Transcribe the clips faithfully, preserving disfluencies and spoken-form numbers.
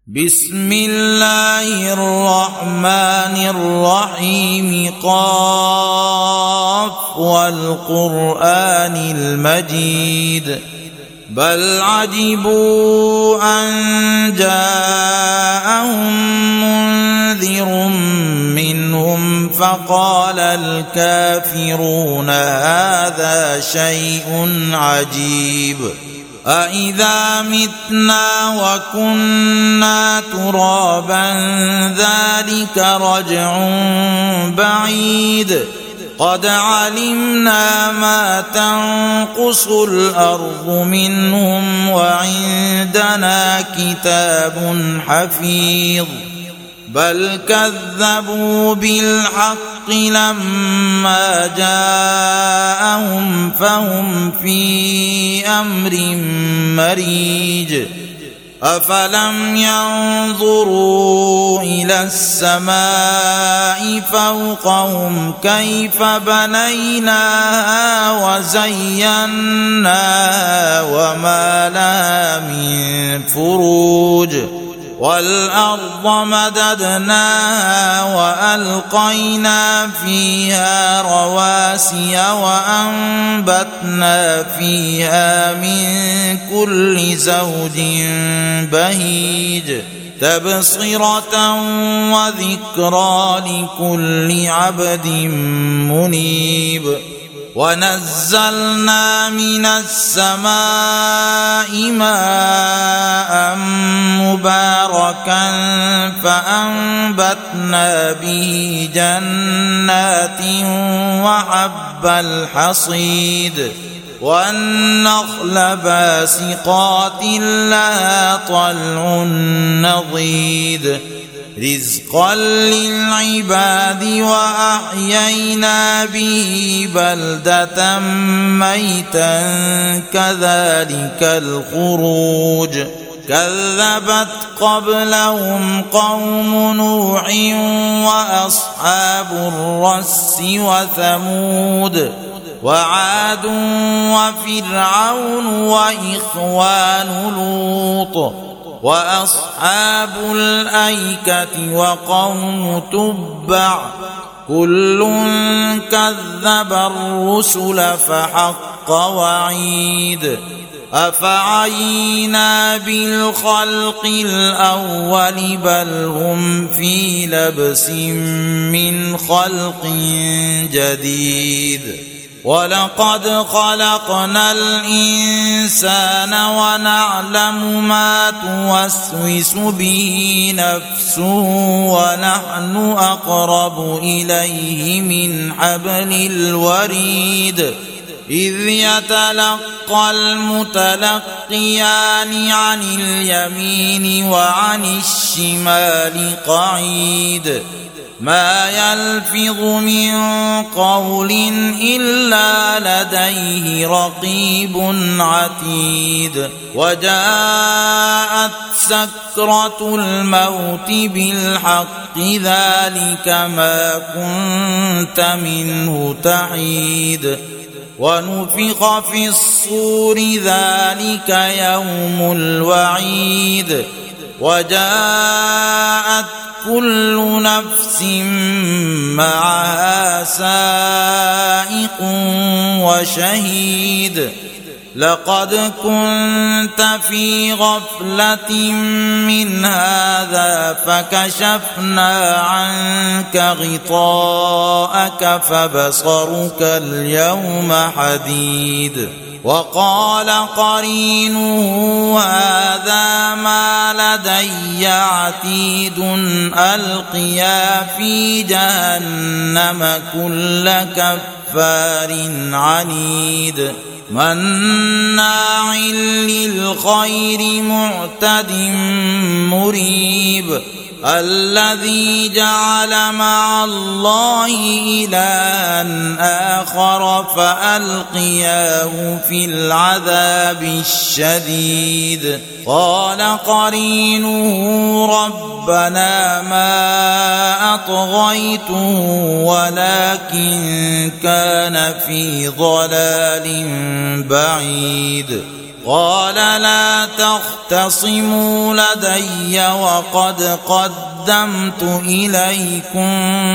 بسم الله الرحمن الرحيم قاف والقرآن المجيد بل عجبوا أن جاءهم منذر منهم فقال الكافرون هذا شيء عجيب أإذا متنا وكنا ترابا ذلك رجع بعيد قد علمنا ما تنقص الأرض منهم وعندنا كتاب حفيظ بل كذبوا بالحق لما جاءهم فهم في أمر مريج أفلم ينظروا إلى السماء فوقهم كيف بنيناها وزيناها وما لها من فروج والأرض مددناها وألقينا فيها رواسي وأنبتنا فيها من كل زوج بهيج تبصرة وذكرى لكل عبد منيب ونزلنا من السماء ماء مباركا فأنبتنا به جنات وحب الحصيد والنخل باسقات لها طلع نضيد رزقا للعباد وأحيينا به بلدة ميتا كذلك الخروج كذبت قبلهم قوم نوح وأصحاب الرس وثمود وعاد وفرعون وإخوان لوط وأصحاب الأيكة وقوم تبع كل كذب الرسل فحق وعيد أفعينا بالخلق الأول بل هم في لبس من خلق جديد ولقد خلقنا الإنسان ونعلم ما توسوس به نفسه ونحن أقرب إليه من حبل الوريد إذ يتلقى المتلقيان عن اليمين وعن الشمال قعيد ما يلفظ من قول إلا لديه رقيب عتيد وجاءت سكرة الموت بالحق ذلك ما كنت منه تحيد ونفخ في الصور ذلك يوم الوعيد وجاءت كل نفس معها سائق وشهيد لقد كنت في غفلة من هذا فكشفنا عنك غطاءك فبصرك اليوم حديد وقال قرينه هذا ما لدي عتيد ألقيا في جهنم كل كفار عنيد مناع للخير معتد مريب الذي جعل مع الله إلها آخر فألقياه في العذاب الشديد قال قرينه ربنا ما أطغيته ولكن كان في ضلال بعيد قال لا تختصموا لدي وقد قدمت إليكم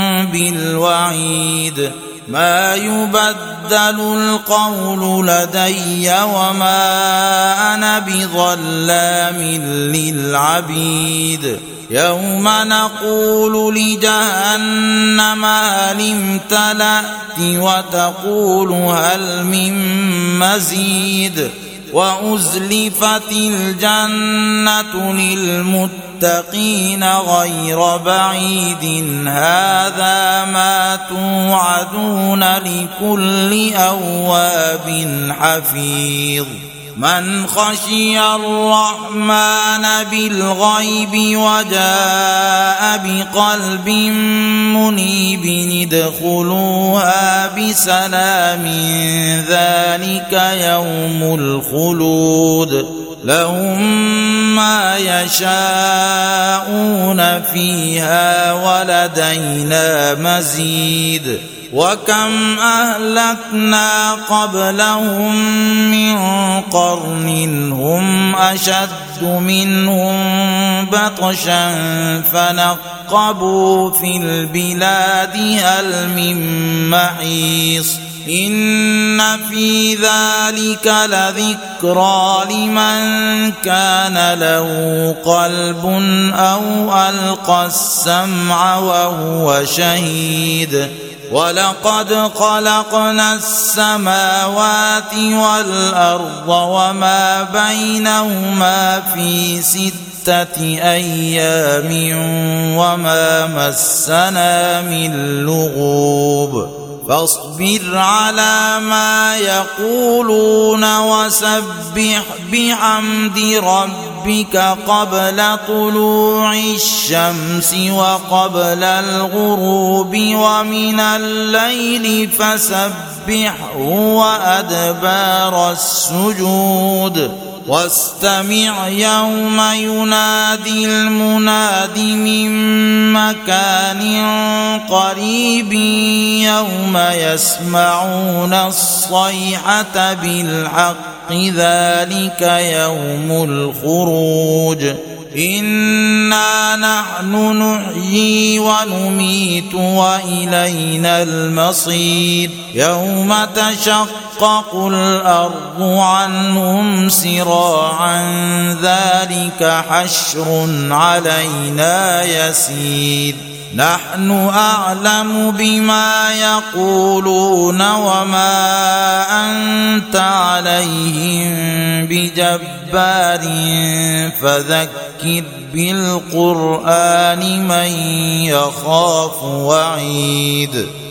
بالوعيد ما يبدل القول لدي وما أنا بظلام للعبيد يوم نقول لجهنم هل امتلأت وتقول هل من مزيد وأزلفت الجنة للمتقين غير بعيد هذا ما توعدون لكل أواب حفيظ من خشي الرحمن بالغيب وجاء بقلب منيب ادخلوها بسلام ذلك يوم الخلود لهم ما يشاءون فيها ولدينا مزيد وكم أهلكنا قبلهم من قرن هم أشد منهم بطشا فنقبوا في البلاد هل من محيص إن في ذلك لذكرى لمن كان له قلب أو ألقى السمع وهو شهيد ولقد خلقنا السماوات والأرض وما بينهما في ستة أيام وما مسنا من لغوب فاصبر على ما يقولون وسبح بحمد ربك قبل طلوع الشمس وقبل الغروب ومن الليل فسبحه وأدبار السجود واستمع يوم ينادي المناد من مكان قريب يوم يسمعون الصيحة بالحق ذلك يوم الخروج إنا نحن نحيي ونميت وإلينا المصير يوم تشقق الأرض عنهم سراعا ذلك حشر علينا يسير نحن أعلم بما يقولون وما أنت عليهم بجبار فذكر بالقرآن من يخاف وعيد